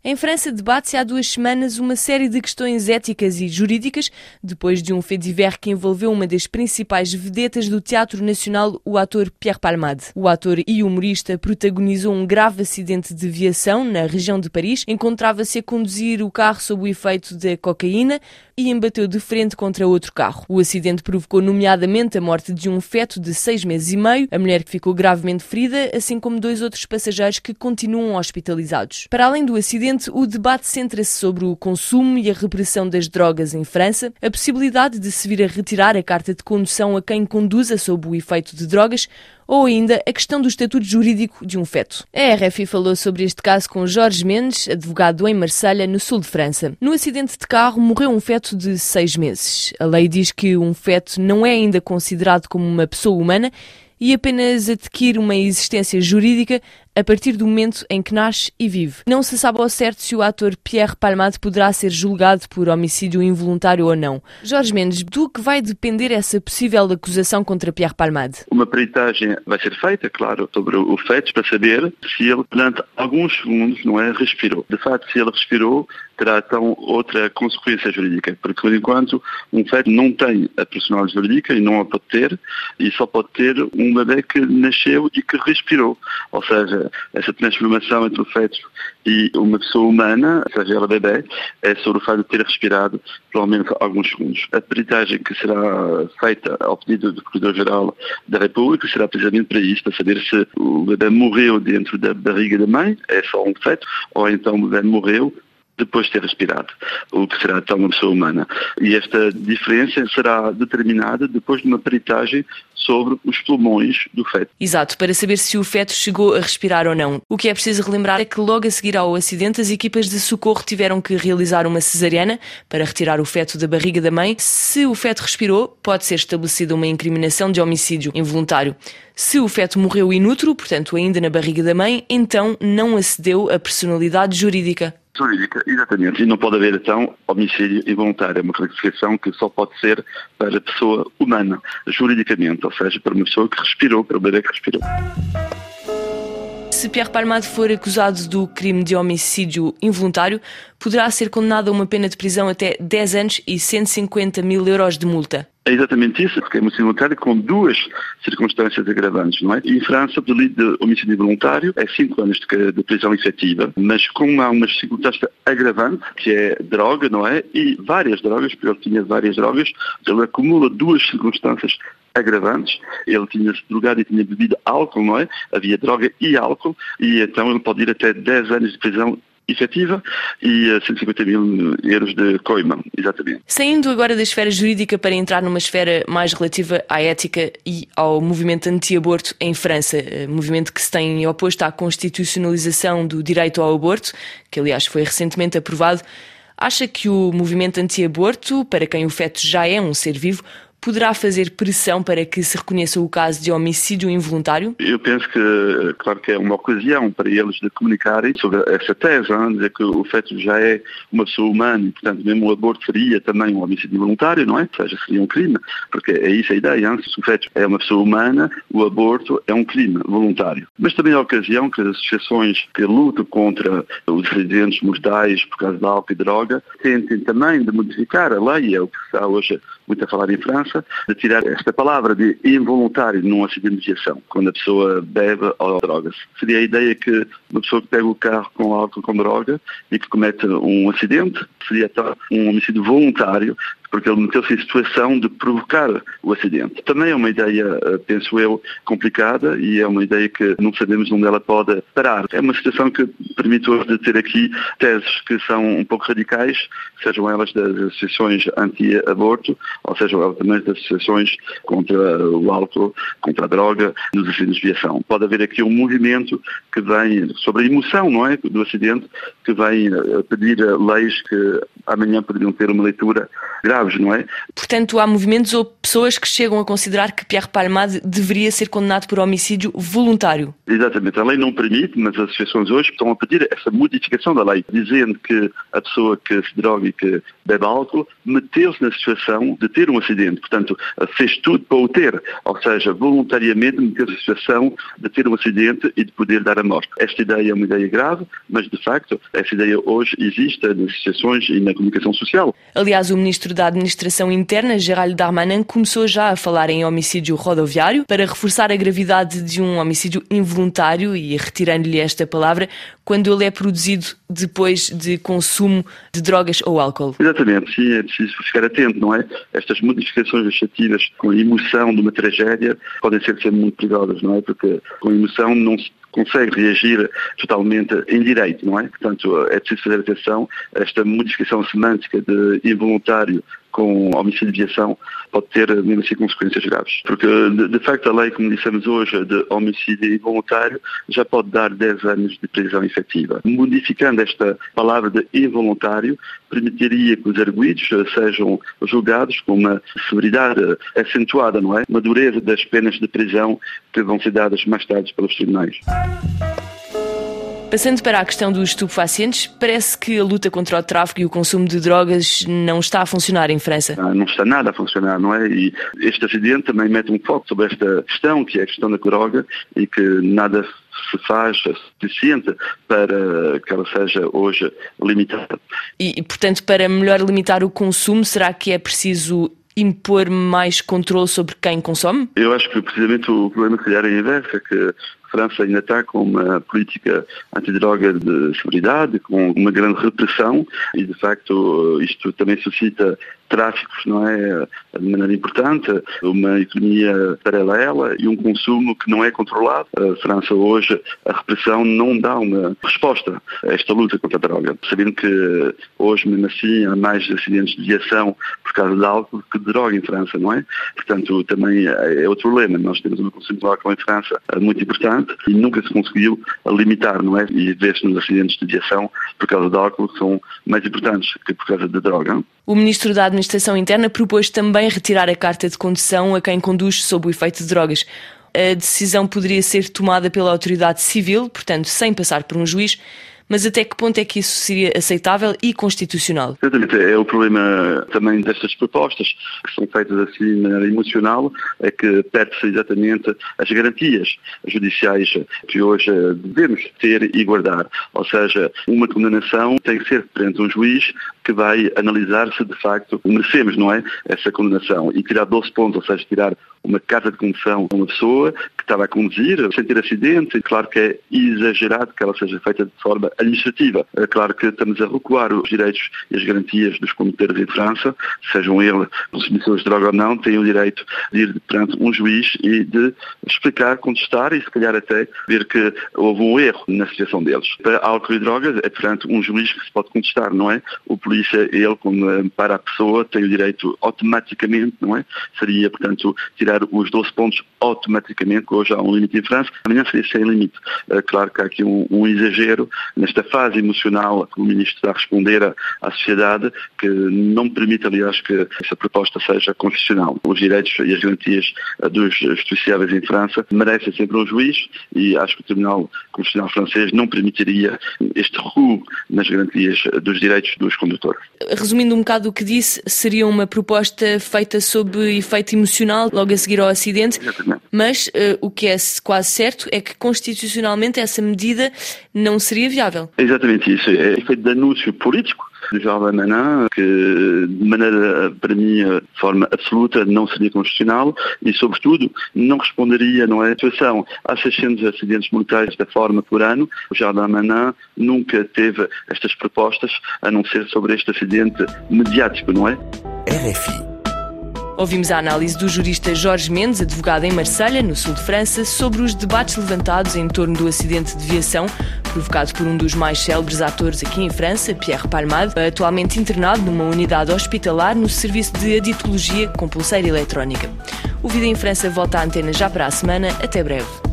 Em França, debate-se há 2 semanas uma série de questões éticas e jurídicas, depois de um fait divers que envolveu uma das principais vedetas do Teatro Nacional, o ator Pierre Palmade. O ator e humorista protagonizou um grave acidente de viação na região de Paris, encontrava-se a conduzir o carro sob o efeito da cocaína e embateu de frente contra outro carro. O acidente provocou nomeadamente a morte de um feto de 6 meses e meio, a mulher que ficou gravemente ferida, assim como 2 outros passageiros que continuam hospitalizados. Para além do acidente, o debate centra-se sobre o consumo e a repressão das drogas em França, a possibilidade de se vir a retirar a carta de condução a quem conduza sob o efeito de drogas, ou ainda a questão do estatuto jurídico de um feto. A RFI falou sobre este caso com Jorge Mendes, advogado em Marselha, no sul de França. No acidente de carro morreu um feto de 6 meses. A lei diz que um feto não é ainda considerado como uma pessoa humana e apenas adquire uma existência jurídica a partir do momento em que nasce e vive. Não se sabe ao certo se o ator Pierre Palmade poderá ser julgado por homicídio involuntário ou não. Jorge Mendes, do que vai depender essa possível acusação contra Pierre Palmade? Uma peritagem vai ser feita, claro, sobre o feto para saber se ele, durante alguns segundos, respirou. De facto, se ele respirou, terá então outra consequência jurídica, porque por enquanto um feto não tem a personalidade jurídica e não a pode ter, e só pode ter um bebê que nasceu e que respirou. Ou seja, essa transformação entre o feto e uma pessoa humana, ou seja, ela bebê, é sobre o facto de ter respirado pelo menos alguns segundos. A peritagem que será feita ao pedido do Procurador-Geral da República será precisamente para isto, para saber se o bebê morreu dentro da barriga da mãe, é só um feto, ou então o bebê morreu depois de ter respirado, o que será então uma pessoa humana. E esta diferença será determinada depois de uma peritagem sobre os pulmões do feto. Exato, para saber se o feto chegou a respirar ou não. O que é preciso relembrar é que logo a seguir ao acidente as equipas de socorro tiveram que realizar uma cesariana para retirar o feto da barriga da mãe. Se o feto respirou, pode ser estabelecida uma incriminação de homicídio involuntário. Se o feto morreu inútero, portanto ainda na barriga da mãe, então não acedeu à personalidade jurídica. Jurídica, exatamente. E não pode haver, então, homicídio involuntário. É uma classificação que só pode ser para a pessoa humana, juridicamente, ou seja, para uma pessoa que respirou, para o bebê que respirou. Se Pierre Palmade for acusado do crime de homicídio involuntário, poderá ser condenado a uma pena de prisão até 10 anos e 150 mil euros de multa. É exatamente isso, porque é homicídio involuntário com 2 circunstâncias agravantes, não é? Em França, o delito de homicídio involuntário é 5 anos de prisão efetiva, mas como há uma circunstância agravante, que é droga, não é? E várias drogas, porque ele tinha várias drogas, ele acumula 2 circunstâncias agravantes, ele tinha-se drogado e tinha bebido álcool, não é? Havia droga e álcool, e então ele pode ir até 10 anos de prisão efetiva e 150 mil euros de coima, exatamente. Saindo agora da esfera jurídica para entrar numa esfera mais relativa à ética e ao movimento anti-aborto em França, movimento que se tem oposto à constitucionalização do direito ao aborto, que aliás foi recentemente aprovado, acha que o movimento anti-aborto, para quem o feto já é um ser vivo, poderá fazer pressão para que se reconheça o caso de homicídio involuntário? Eu penso que, claro que é uma ocasião para eles de comunicarem sobre essa tese, dizer que o feto já é uma pessoa humana e, portanto, mesmo o aborto seria também um homicídio involuntário, não é? Ou seja, seria um crime, porque é isso a ideia, se o feto é uma pessoa humana, o aborto é um crime voluntário. Mas também é a ocasião que as associações que lutam contra os acidentes mortais por causa de álcool e droga tentem também de modificar a lei, é o que se está hoje muito a falar em França, de tirar esta palavra de involuntário num acidente de viação, quando a pessoa bebe ou droga-se. Seria a ideia que uma pessoa que pega o carro com álcool, com droga e que comete um acidente, seria então um homicídio voluntário, porque ele meteu-se em situação de provocar o acidente. Também é uma ideia, penso eu, complicada e é uma ideia que não sabemos onde ela pode parar. É uma situação que permite hoje ter aqui teses que são um pouco radicais, sejam elas das associações anti-aborto, ou sejam elas também das associações contra o álcool, contra a droga, nos acidentes de viação. Pode haver aqui um movimento que vem sobre a emoção, não é, do acidente, que vem pedir leis que amanhã poderiam ter uma leitura graves, não é? Portanto, há movimentos ou pessoas que chegam a considerar que Pierre Palmade deveria ser condenado por homicídio voluntário. Exatamente. A lei não permite, mas as associações hoje estão a pedir essa modificação da lei, dizendo que a pessoa que se droga e que bebe álcool meteu-se na situação de ter um acidente. Portanto, fez tudo para o ter. Ou seja, voluntariamente meteu-se na situação de ter um acidente e de poder dar a morte. Esta ideia é uma ideia grave, mas de facto essa ideia hoje existe nas associações e na comunicação social. Aliás, o ministro da Administração Interna, Gérald Darmanin, começou já a falar em homicídio rodoviário para reforçar a gravidade de um homicídio involuntário e retirando-lhe esta palavra quando ele é produzido depois de consumo de drogas ou álcool. Exatamente, sim, é preciso ficar atento, não é? Estas modificações legislativas com a emoção de uma tragédia podem ser muito perigosas, não é? Porque com a emoção não se consegue reagir totalmente em direito, não é? Portanto, é preciso fazer atenção a esta modificação semântica de involuntário com homicídio de viação pode ter mesmo assim consequências graves. Porque, de facto, a lei, como dissemos hoje, de homicídio involuntário já pode dar 10 anos de prisão efetiva. Modificando esta palavra de involuntário, permitiria que os arguidos sejam julgados com uma severidade acentuada, não é? Uma dureza das penas de prisão que vão ser dadas mais tarde pelos tribunais. Passando para a questão dos estupefacientes, parece que a luta contra o tráfico e o consumo de drogas não está a funcionar em França. Não está nada a funcionar, não é? E este acidente também mete um foco sobre esta questão, que é a questão da droga, e que nada se faz suficiente para que ela seja hoje limitada. E, portanto, para melhor limitar o consumo, será que é preciso impor mais controle sobre quem consome? Eu acho que precisamente o problema se calhar é inverso, é que a França ainda está com uma política antidroga de severidade, com uma grande repressão e, de facto, isto também suscita tráficos, não é, de maneira importante, uma economia paralela e um consumo que não é controlado. A França hoje, a repressão não dá uma resposta a esta luta contra a droga, sabendo que hoje, mesmo assim, há mais acidentes de viação por causa de álcool que de droga em França, não é? Portanto, também é outro problema. Nós temos um consumo de álcool em França muito importante e nunca se conseguiu limitar, não é? E vê-se nos acidentes de viação por causa de álcool que são mais importantes que por causa de droga. O ministro da Administração Interna propôs também retirar a carta de condução a quem conduz sob o efeito de drogas. A decisão poderia ser tomada pela autoridade civil, portanto, sem passar por um juiz, mas até que ponto é que isso seria aceitável e constitucional? Exatamente, é o problema também destas propostas que são feitas assim de maneira emocional, é que perde-se exatamente as garantias judiciais que hoje devemos ter e guardar. Ou seja, uma condenação tem que ser perante um juiz que vai analisar se de facto merecemos, não é, essa condenação e tirar 12 pontos, ou seja, tirar uma carta de condução a uma pessoa que estava a conduzir sem ter acidente. Claro que é exagerado que ela seja feita de forma administrativa. É claro que estamos a recuar os direitos e as garantias dos condutores em França, sejam eles consumidores de droga ou não, têm o direito de ir perante um juiz e de explicar, contestar e se calhar até ver que houve um erro na situação deles. Para álcool e drogas é perante um juiz que se pode contestar, não é? O polícia, ele, como para a pessoa, tem o direito automaticamente, não é? Seria, portanto, tirar os 12 pontos automaticamente, que hoje há um limite em França, amanhã seria sem limite. Claro que há aqui um exagero nesta fase emocional que o ministro está a responder à sociedade, que não permite, aliás, que essa proposta seja constitucional. Os direitos e as garantias dos justiciáveis em França merecem sempre um juiz e acho que o Tribunal Constitucional francês não permitiria este recuo nas garantias dos direitos dos condutores. Resumindo um bocado o que disse, seria uma proposta feita sob efeito emocional, logo a seguir ao acidente, exatamente. Mas o que é quase certo é que constitucionalmente essa medida não seria viável. Exatamente isso. É feito de anúncio político do Gérald Darmanin, que de maneira, para mim, de forma absoluta, não seria constitucional e, sobretudo, não responderia, não é, à situação. Há 600 acidentes mortais desta forma por ano. O Gérald Darmanin nunca teve estas propostas, a não ser sobre este acidente mediático, não é? RFI. Ouvimos a análise do jurista Jorge Mendes, advogado em Marselha, no sul de França, sobre os debates levantados em torno do acidente de viação provocado por um dos mais célebres atores aqui em França, Pierre Palmade, atualmente internado numa unidade hospitalar no serviço de aditologia com pulseira eletrónica. O Vida em França volta à antena já para a semana. Até breve.